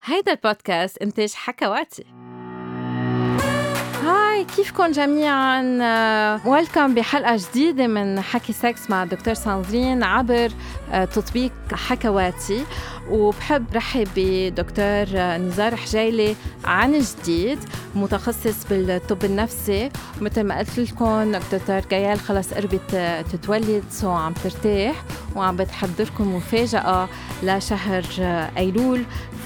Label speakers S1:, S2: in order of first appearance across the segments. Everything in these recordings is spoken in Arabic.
S1: هيدا البودكاست إنتاج حكواتي. هاي، كيفكن جميعاً؟ ويلكم بحلقة جديدة من حكي سكس مع دكتور ساندرين عبر تطبيق حكواتي. وبحب رحب بدكتور نزار حجيلي عن جديد، متخصص بالطب النفسي. مثل ما قلت لكم دكتور جيال خلص قربت تتولد، سو عم ترتاح وعم بتحضركم مفاجأة لشهر أيلول.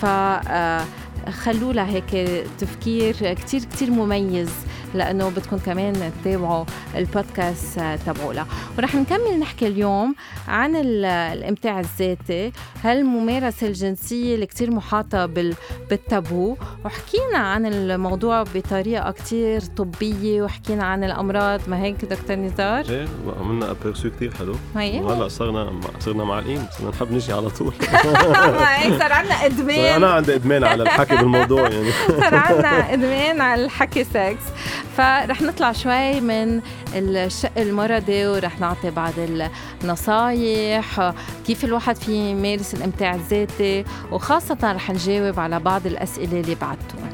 S1: خلوا لها هيك تفكير كتير مميز، لأنه بدكم كمان تتابعوا البودكاست تبعولا. ورح نكمل نحكي اليوم عن الامتاع الذاتي، هالممارسة الجنسية اللي كتير محاطة بالتابو. وحكينا عن الموضوع بطريقة كتير طبية، وحكينا عن الأمراض. ما هيك دكتور نزار؟
S2: ايه، عملنا ابرسو كتير حلو. وهلا صرنا معلقين، صرنا نحب نجي على طول.
S1: صار عنا إدمان.
S2: أنا عندي إدمان على الحكي بالموضوع يعني.
S1: صار عنا إدمان على الحكي سكس. فرح نطلع شوي من الشق المرضي، ورح نعطي بعض النصايح كيف الواحد فيه يمارس الامتاع الذاتي، وخاصة رح نجاوب على بعض الأسئلة اللي بعتوها.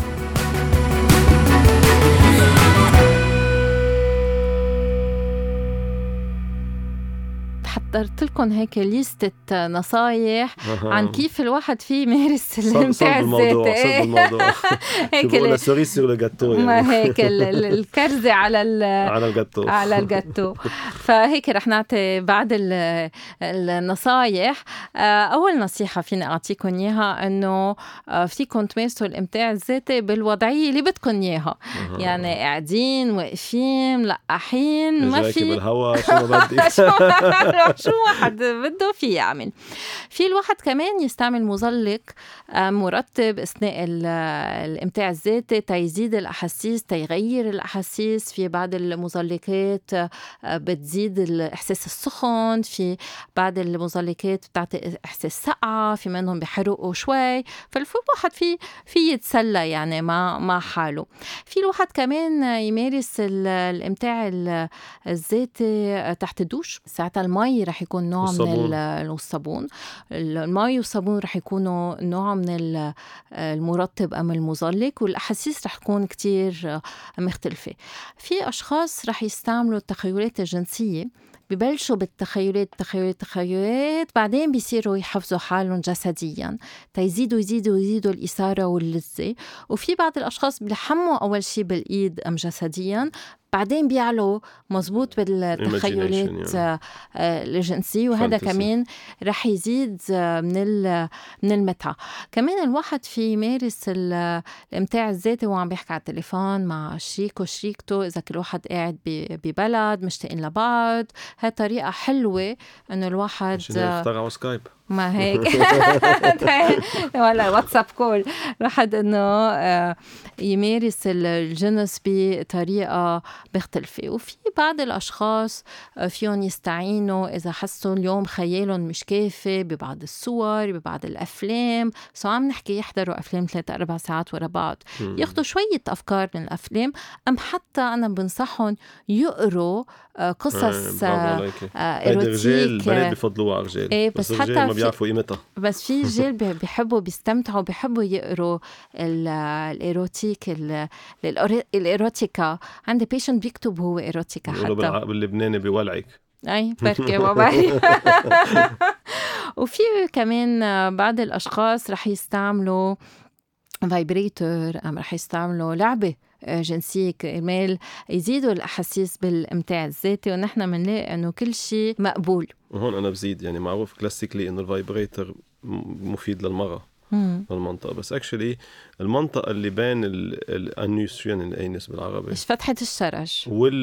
S1: حضرت لكم هيك ليستة نصايح عن كيف الواحد فيه يمارس الامتاع الذاتي.
S2: الموضوع هيك لا سوريس سور لو جاتو،
S1: ما هيك الكرزة على الجاتو. فهيك رح نعطي بعض النصايح. أول نصيحة فيني أعطيكم إياها إنه فيكم تمارسوا الامتاع الذاتي بالوضعية اللي بدكم إياها. يعني قاعدين، واقفين، ملقحين، ما في
S2: بالهواء، شو ما بدي
S1: شو واحد بده فيه يعمل. في الواحد كمان يستعمل مزلق مرطب أثناء الامتاع الذاتي تيزيد الأحاسيس، تيغير الأحاسيس. في بعض المزلقات بتزيد الإحساس السخن، في بعض المزلقات بتعطي إحساس سقعة، في منهم بحرقوا شوي. فالواحد في يتسلى يعني مع حاله. في الواحد كمان يمارس الامتاع الذاتي تحت الدوش. ساعتها المي رح يكون نوع من الصابون. المي والصابون رح يكونوا نوع من المرطب أم المزلق، والأحاسيس رح تكون كتير مختلفة. في أشخاص رح يستعملوا التخيلات الجنسية، ببلشوا بالتخيلات بعدين بيصيروا يحفظوا حالهم جسديا يزيدوا الإثارة واللذة. وفي بعض الأشخاص بيلحموا أول شيء بالإيد أم جسديا، بعدين بيعلوا مزبوط بالتخيلات يعني. الجنسية، وهذا كمان رح يزيد من المتعة. كمان الواحد في يمارس الامتاع الذاتي وعم بيحكي على التليفون مع شريكه وشريكته، إذا كل واحد قاعد ببلد مشتاقين لبعض. هاي طريقة حلوة إنه الواحد
S2: يفتغوا سكايب،
S1: ما هيك ولا واتساب كول، واحد إنه يمارس الجنس بطريقة مختلفة. وفي بعض الأشخاص فيهم يستعينوا إذا حسوا اليوم خيالهم مش كافي ببعض الصور، ببعض الأفلام. سو عم نحكي يحضروا أفلام 3-4 ساعات ورا بعض، ياخدوا شوية أفكار من الأفلام، أم حتى أنا بنصحهم يقروا قصص
S2: إيروتيك. البنات بيفضلوها على الرجال،
S1: بس حتى
S2: ما بيعرفوا قيمتها.
S1: بس في رجال بيحبوا بيستمتعوا، بيحبوا يقروا الإيروتيكا. عندي بيشنت بيكتب هو إيروتيكا، حتى
S2: باللبناني بيولعك.
S1: أي بركة ما بعرف. وفي كمان بعض الأشخاص رح يستعملوا فايبريتور، أم رح يستعملوا لعبة جنسية كرمال يزيدوا الأحاسيس بالإمتاع الذاتي. ونحن منلاقي أنه كل شيء مقبول.
S2: وهون أنا بزيد يعني معروف كلاسيكلي أنه الفايبريتور مفيد للمرأة المنطقة، بس actually المنطقة اللي بين الأنوس، يعني الأنس بالعربي،
S1: فتحة الشرج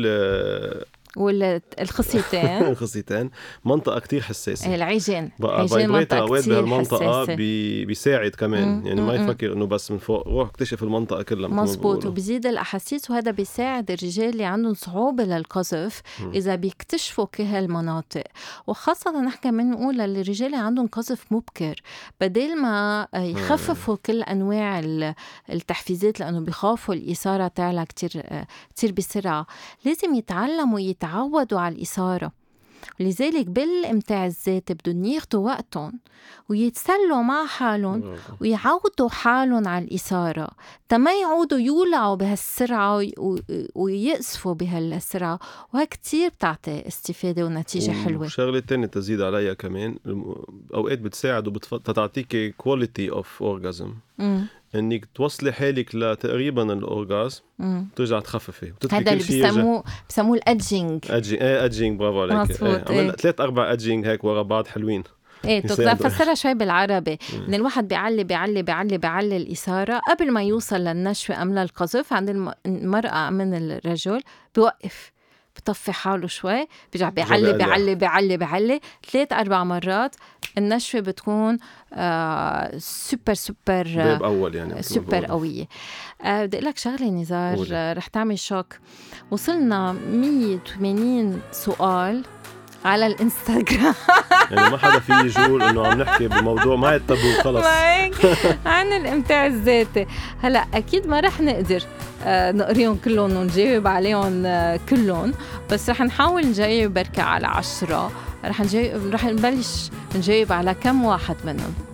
S2: الخصيتين منطقة كتير حساسة.
S1: العجين
S2: فايبريتر أوقات بهالمنطقة بيساعد كمان. يعني ما يفكر إنه بس من فوق، روح اكتشف المنطقة كلها.
S1: مزبوط، وبيزيد الأحاسيس. وهذا بيساعد الرجال اللي عندهم صعوبة للقذف إذا بيكتشفوا كهالمناطق. وخاصة نحكي من نقول للرجال اللي عندهم قذف مبكر، بدل ما يخففوا كل أنواع التحفيزات لأنه بيخافوا الإثارة تعلى كتير بسرعة، لازم يتعلموا يتعودوا على الإثارة. لذلك بالإمتاع الذاتي بدهم ياخدوا وقتهم ويتسلوا مع حالهم ويعودوا حالهم على الإثارة تما يعودوا يولعوا بهالسرعة ويقصفوا بهالسرعة، وها كتير بتعطي استفادة ونتيجة حلوة.
S2: شغلة تانية تزيد عليها كمان، أوقات بتساعد وتعطيك quality of orgasm، انك توصلي حالك لتقريبا الاورغازم ترجع تخففي.
S1: هذا اللي بسموه الادجينج.
S2: ادجينج برافو عليك. عملنا 3-4 ادجينج هيك ورا بعض حلوين.
S1: بدنا نفسرها شوي بالعربي. ان الواحد بيعلي الإثارة قبل ما يوصل للنشوة أم للقذف. عند المرأة من الرجل بيوقف، بطفي حاله شوي، بيرجع بيعلي 3-4 مرات. النشوة بتكون سوبر
S2: باب أول يعني
S1: سوبر قوية. بدي أقول لك شغلة نزار رح تعمل شوك. وصلنا 180 سؤال على الانستغرام.
S2: يعني ما حدا فيه يقول انه عم نحكي بموضوع ما يتبو خلص
S1: عن الامتاع الذاتي. هلا اكيد ما رح نقدر نقريهم كلهم ونجاوب عليهم كلهم، بس رح نحاول نجاوب بركة على 10. رح نبلش نجاوب على كم واحد منهم.